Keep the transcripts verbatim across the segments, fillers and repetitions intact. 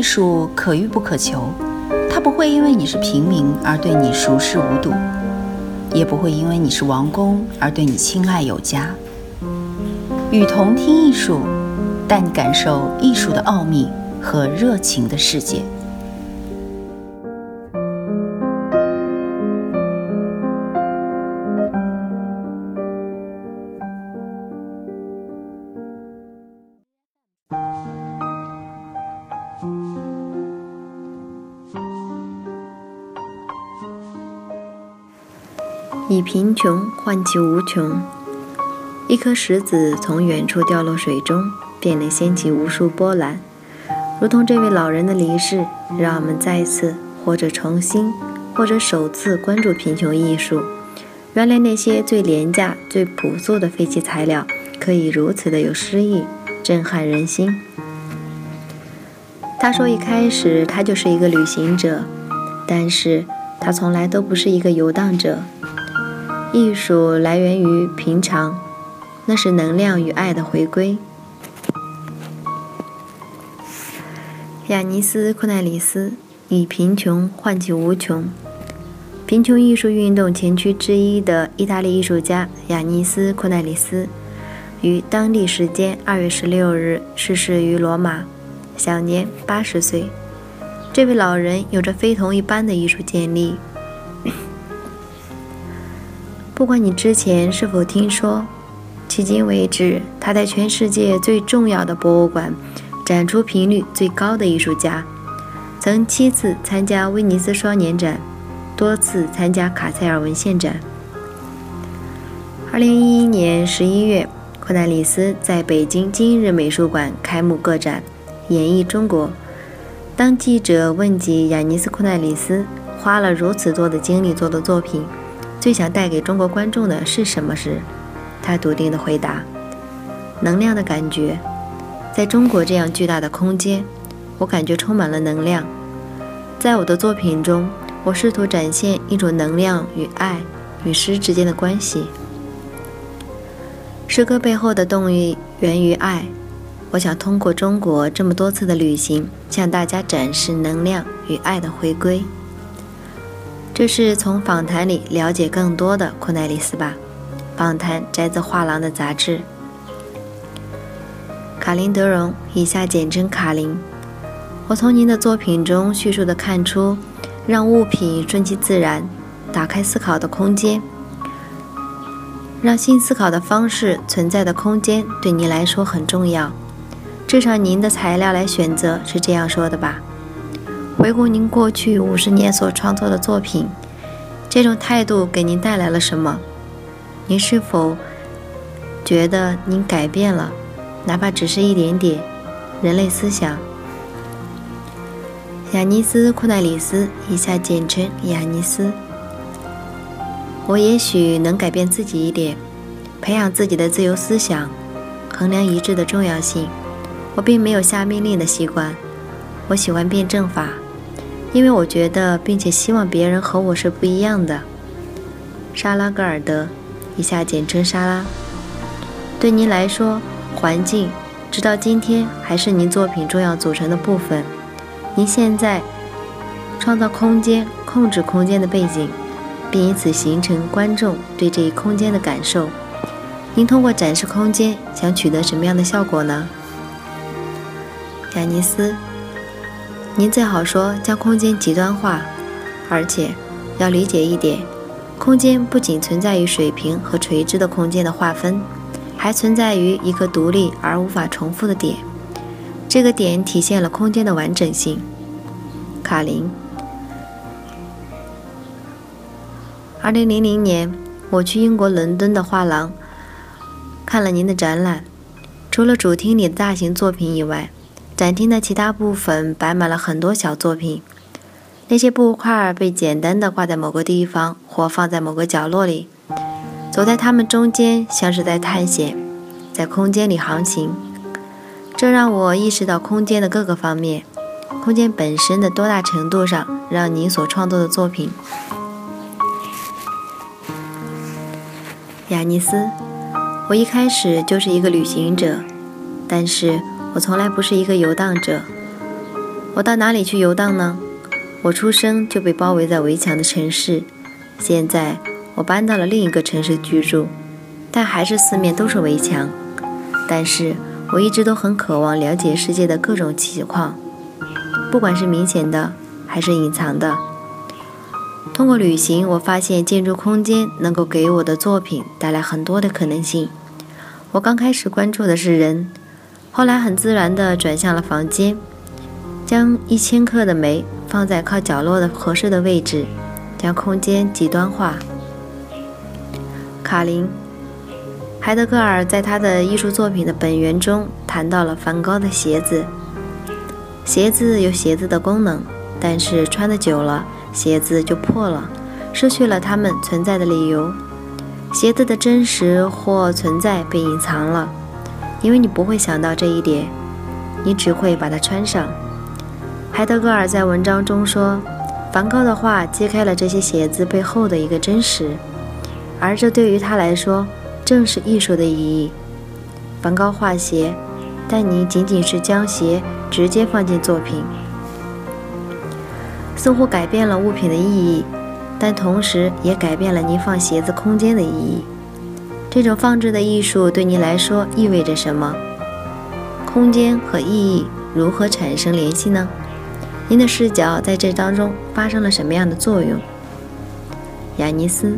艺术可遇不可求，它不会因为你是平民而对你熟视无睹，也不会因为你是王公而对你青睐有加。与同听艺术，带你感受艺术的奥秘和热情的世界。 以贫穷换取无穷。一颗石子从远处掉落水中，便能掀起无数波澜。如同这位老人的离世，让我们再次或者重新或者首次关注贫穷艺术。原来那些最廉价最朴素的废弃材料可以如此的有诗意，震撼人心。他说一开始他就是一个旅行者，但是他从来都不是一个游荡者。艺术来源于平常，那是能量与爱的回归。亚尼斯·库奈里斯以贫穷换取无穷。贫穷艺术运动前驱之一的意大利艺术家亚尼斯·库奈里斯于当地时间二月十六日逝世于罗马，享年八十岁。这位老人有着非同一般的艺术见力。不管你之前是否听说，迄今为止，他在全世界最重要的博物馆展出频率最高的艺术家，曾七次参加威尼斯双年展，多次参加卡塞尔文献展。二零一一年十一月，库奈里斯在北京今日美术馆开幕个展，演绎中国。当记者问及亚尼斯·库奈里斯花了如此多的精力做的作品，最想带给中国观众的是什么时，他笃定地回答：能量的感觉。在中国这样巨大的空间，我感觉充满了能量。在我的作品中，我试图展现一种能量与爱与诗之间的关系。诗歌背后的动力源于爱。我想通过中国这么多次的旅行，向大家展示能量与爱的回归。这是从访谈里了解更多的库奈里斯吧。访谈摘自画廊的杂志。卡林德容，以下简称卡林。我从您的作品中叙述地看出，让物品顺其自然，打开思考的空间，让新思考的方式存在的空间对您来说很重要。至少您的材料来选择是这样说的吧。回顾您过去五十年所创作的作品，这种态度给您带来了什么？您是否觉得您改变了，哪怕只是一点点，人类思想？亚尼斯·库奈里斯，以下简称亚尼斯。我也许能改变自己一点，培养自己的自由思想，衡量一致的重要性。我并没有下命令的习惯，我喜欢辩证法，因为我觉得并且希望别人和我是不一样的。莎拉·戈尔德，以下简称莎拉。对您来说，环境直到今天还是您作品重要组成的部分。您现在创造空间，控制空间的背景，并以此形成观众对这一空间的感受。您通过展示空间想取得什么样的效果呢？亚尼斯，您最好说将空间极端化，而且要理解一点，空间不仅存在于水平和垂直的空间的划分，还存在于一个独立而无法重复的点，这个点体现了空间的完整性。卡林。二零零零年，我去英国伦敦的画廊看了您的展览，除了主厅里的大型作品以外，展厅的其他部分摆满了很多小作品。那些布块被简单地挂在某个地方，或放在某个角落里。走在它们中间，像是在探险，在空间里航行。这让我意识到空间的各个方面，空间本身的多大程度上让您所创作的作品。亚尼斯，我一开始就是一个旅行者，但是我从来不是一个游荡者。 我到哪里去游荡呢？我出生就被包围在围墙的城市，现在我搬到了另一个城市居住，但还是四面都是围墙。但是我一直都很渴望了解世界的各种情况，不管是明显的还是隐藏的。通过旅行，我发现建筑空间能够给我的作品带来很多的可能性。我刚开始关注的是人，后来很自然地转向了房间，将一千克的煤放在靠角落的合适的位置，将空间极端化。卡林，海德格尔在他的艺术作品的本源中谈到了梵高的鞋子。鞋子有鞋子的功能，但是穿得久了，鞋子就破了，失去了它们存在的理由。鞋子的真实或存在被隐藏了，因为你不会想到这一点，你只会把它穿上。海德格尔在文章中说，梵高的画揭开了这些鞋子背后的一个真实，而这对于他来说正是艺术的意义。梵高画鞋，但你仅仅是将鞋直接放进作品，似乎改变了物品的意义，但同时也改变了你放鞋子空间的意义。这种放置的艺术对你来说意味着什么？空间和意义如何产生联系呢？您的视角在这当中发生了什么样的作用？雅尼斯。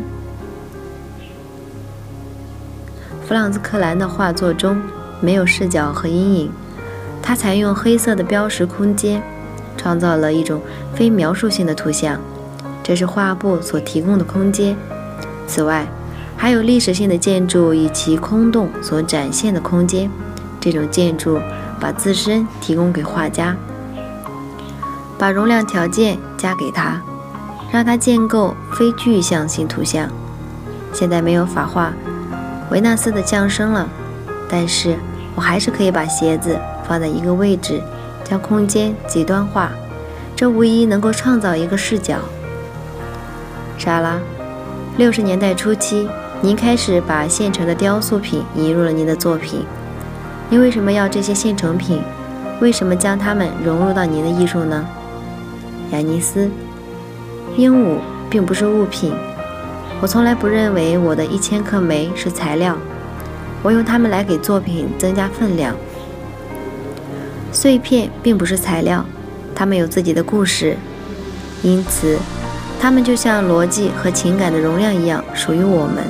弗朗兹·克兰的画作中没有视角和阴影，他采用黑色的标识空间，创造了一种非描述性的图像，这是画布所提供的空间。此外，还有历史性的建筑以其空洞所展现的空间，这种建筑把自身提供给画家，把容量条件加给他，让他建构非具象性图像。现在没有法画维纳斯的降生了，但是我还是可以把鞋子放在一个位置，将空间极端化，这无疑能够创造一个视角。莎拉，六十年代初期，您开始把现成的雕塑品引入了您的作品。您为什么要这些现成品？为什么将它们融入到您的艺术呢？雅尼斯，鹦鹉并不是物品，我从来不认为我的一千克煤是材料，我用它们来给作品增加分量。碎片并不是材料，它们有自己的故事，因此它们就像逻辑和情感的容量一样属于我们。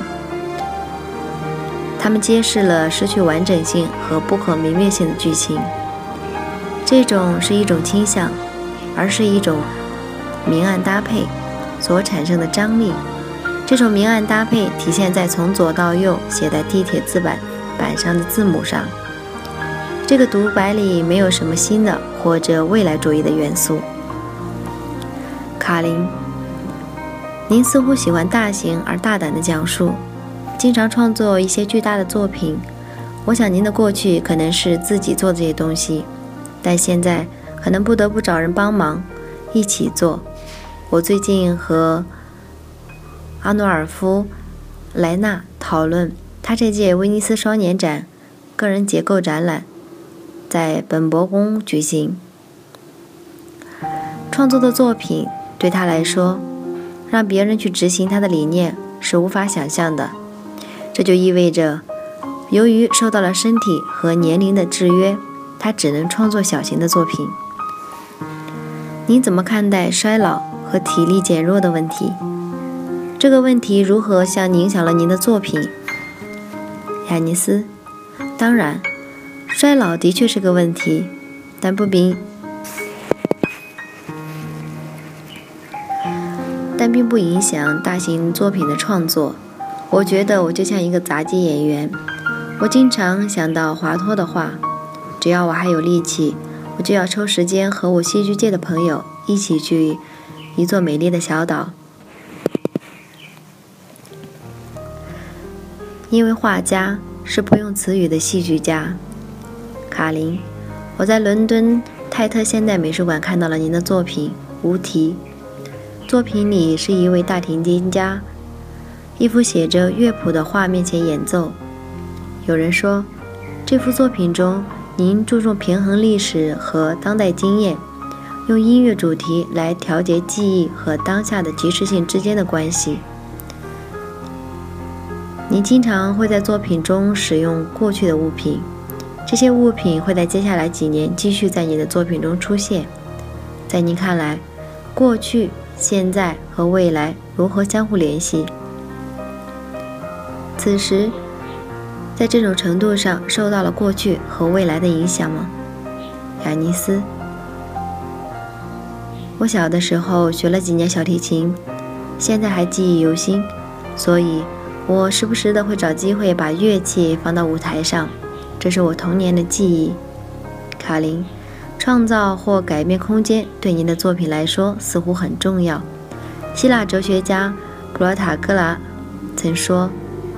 它们揭示了失去完整性和不可磨灭性的剧情。这种是一种倾向，而是一种明暗搭配所产生的张力。这种明暗搭配体现在从左到右写在地铁字板板上的字母上。这个独白里没有什么新的或者未来主义的元素。卡林，您似乎喜欢大型而大胆的讲述，经常创作一些巨大的作品。我想您的过去可能是自己做这些东西，但现在可能不得不找人帮忙一起做。我最近和阿诺尔夫·莱纳讨论他这届威尼斯双年展个人结构展览在本博宫举行。创作的作品对他来说，让别人去执行他的理念是无法想象的。这就意味着，由于受到了身体和年龄的制约，他只能创作小型的作品。您怎么看待衰老和体力减弱的问题？这个问题如何像影响了您的作品？雅尼斯，当然，衰老的确是个问题，但不并但并不影响大型作品的创作。我觉得我就像一个杂技演员，我经常想到华托的话，只要我还有力气，我就要抽时间和我戏剧界的朋友一起去一座美丽的小岛。因为画家是不用词语的戏剧家。卡林，我在伦敦泰特现代美术馆看到了您的作品《无题》。作品里是一位大提琴家，一幅写着乐谱的画面前演奏。有人说，这幅作品中您注重平衡历史和当代经验， 用音乐主题来调节记忆和当下的即时性之间的关系。您经常会在作品中使用过去的物品，这些物品会在接下来几年继续在你的作品中出现。在您看来，过去、现在和未来如何相互联系？此时，在这种程度上受到了过去和未来的影响吗？雅尼斯：我小的时候学了几年小提琴，现在还记忆犹新，所以我时不时的会找机会把乐器放到舞台上，这是我童年的记忆。卡琳：创造或改变空间对您的作品来说似乎很重要。希腊哲学家普罗塔戈拉曾说，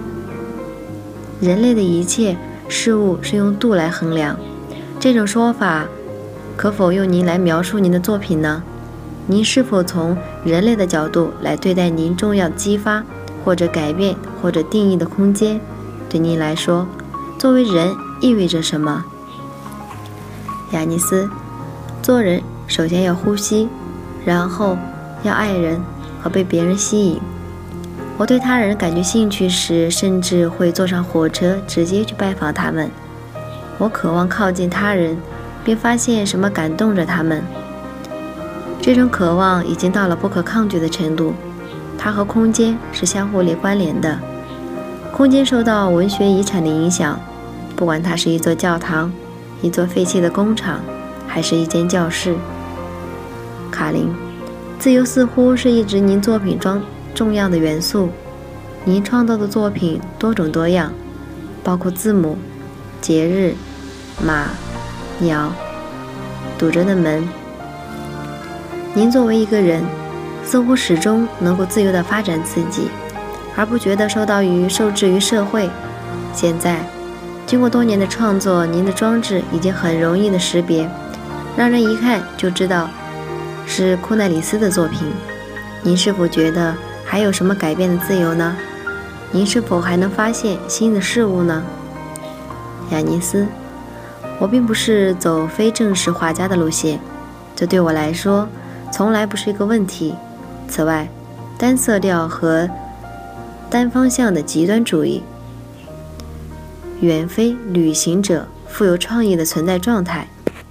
人类的一切事物是用度来衡量。这种说法可否用您来描述您的作品呢？您是否从人类的角度来对待您重要激发或者改变或者定义的空间？对您来说，作为人意味着什么？雅尼斯：做人首先要呼吸，然后要爱人和被别人吸引。我对他人感觉兴趣时，甚至会坐上火车直接去拜访他们。我渴望靠近他人，并发现什么感动着他们。这种渴望已经到了不可抗拒的程度。它和空间是相互关联的。空间受到文学遗产的影响，不管它是一座教堂、一座废弃的工厂，还是一间教室。卡琳：自由似乎是一直您作品中重要的元素。您创造的作品多种多样，包括字母、节日、马、鸟、堵着的门。您作为一个人，似乎始终能够自由地发展自己，而不觉得受到于受制于社会。现在经过多年的创作，您的装置已经很容易的识别，让人一看就知道是库奈里斯的作品。您是否觉得还有什么改变的自由呢？您是否还能发现新的事物呢？雅尼斯：我并不是走非正式画家的路线，这对我来说从来不是一个问题。此外，单色调和单方向的极端主义远非旅行者富有创意的存在状态。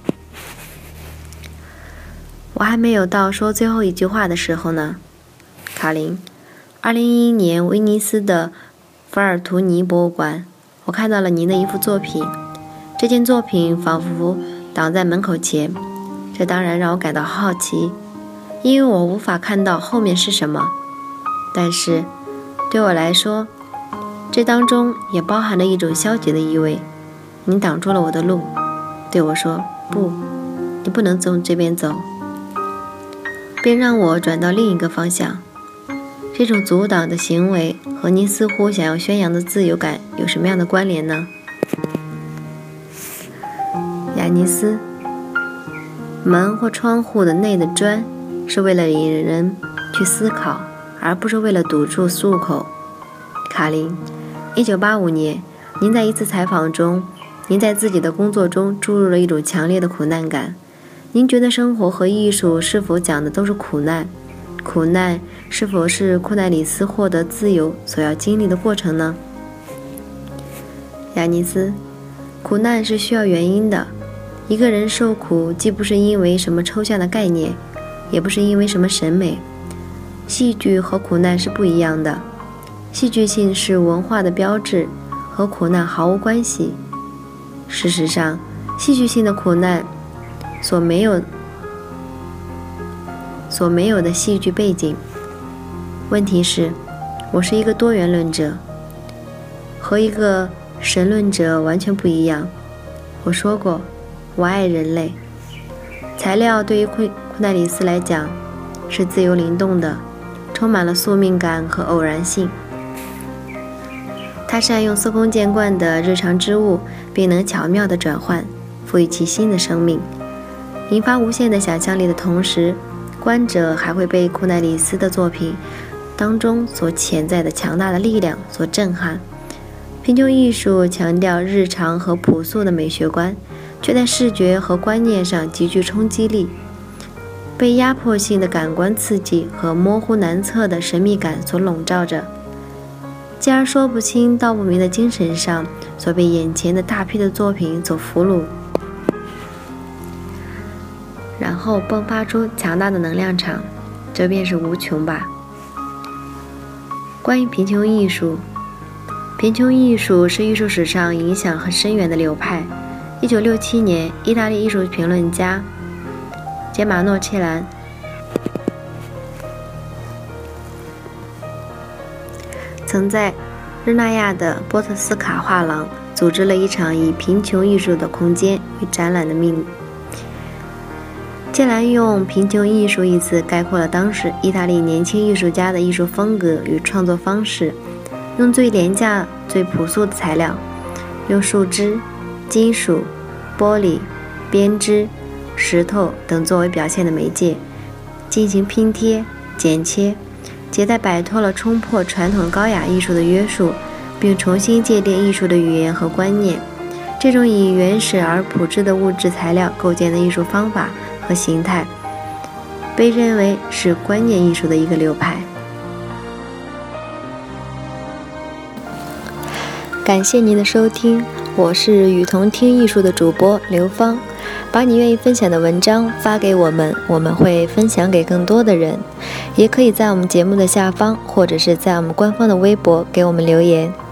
我还没有到说最后一句话的时候呢。卡琳：二零一一年威尼斯的法尔图尼博物馆，我看到了您的一幅作品，这件作品仿佛挡在门口前，这当然让我感到好奇，因为我无法看到后面是什么。但是对我来说，这当中也包含了一种消极的意味。您挡住了我的路，对我说：不，你不能从这边走，并让我转到另一个方向。这种阻挡的行为和您似乎想要宣扬的自由感有什么样的关联呢？雅尼斯：门或窗户的内的砖是为了引人去思考，而不是为了堵住入口。卡琳：一九八五年，您在一次采访中，您在自己的工作中注入了一种强烈的苦难感。您觉得生活和艺术是否讲的都是苦难？苦难是否是库奈里斯获得自由所要经历的过程呢？雅尼斯：苦难是需要原因的。一个人受苦既不是因为什么抽象的概念，也不是因为什么审美。戏剧和苦难是不一样的，戏剧性是文化的标志，和苦难毫无关系。事实上，戏剧性的苦难所没有所没有的戏剧背景。问题是，我是一个多元论者，和一个神论者完全不一样。我说过，我爱人类。材料对于库库奈里斯来讲是自由灵动的，充满了宿命感和偶然性。他善用司空见惯的日常之物，并能巧妙地转换，赋予其新的生命，引发无限的想象力的同时，观者还会被库奈里斯的作品当中所潜在的强大的力量所震撼。贫穷艺术强调日常和朴素的美学观，却在视觉和观念上极具冲击力。 被压迫性的感官刺激和模糊难测的神秘感所笼罩着，继而说不清道不明的精神上所被眼前的大批的作品所俘虏，然后迸发出强大的能量场，这便是无穷吧。关于贫穷艺术，贫穷艺术是艺术史上影响很深远的流派。一九六七年，意大利艺术评论家杰马诺切兰曾在日纳亚的波特斯卡画廊组织了一场以贫穷艺术的空间与展览的命。切兰用贫穷艺术一词概括了当时意大利年轻艺术家的艺术风格与创作方式，用最廉价最朴素的材料，用树枝、金属、玻璃、编织、石头等作为表现的媒介，进行拼贴、剪切，迭代摆脱了冲破传统高雅艺术的约束，并重新界定艺术的语言和观念。这种以原始而朴质的物质材料构建的艺术方法和形态，被认为是观念艺术的一个流派。感谢您的收听，我是与同听艺术的主播刘芳。把你愿意分享的文章发给我们，我们会分享给更多的人。也可以在我们节目的下方，或者是在我们官方的微博给我们留言。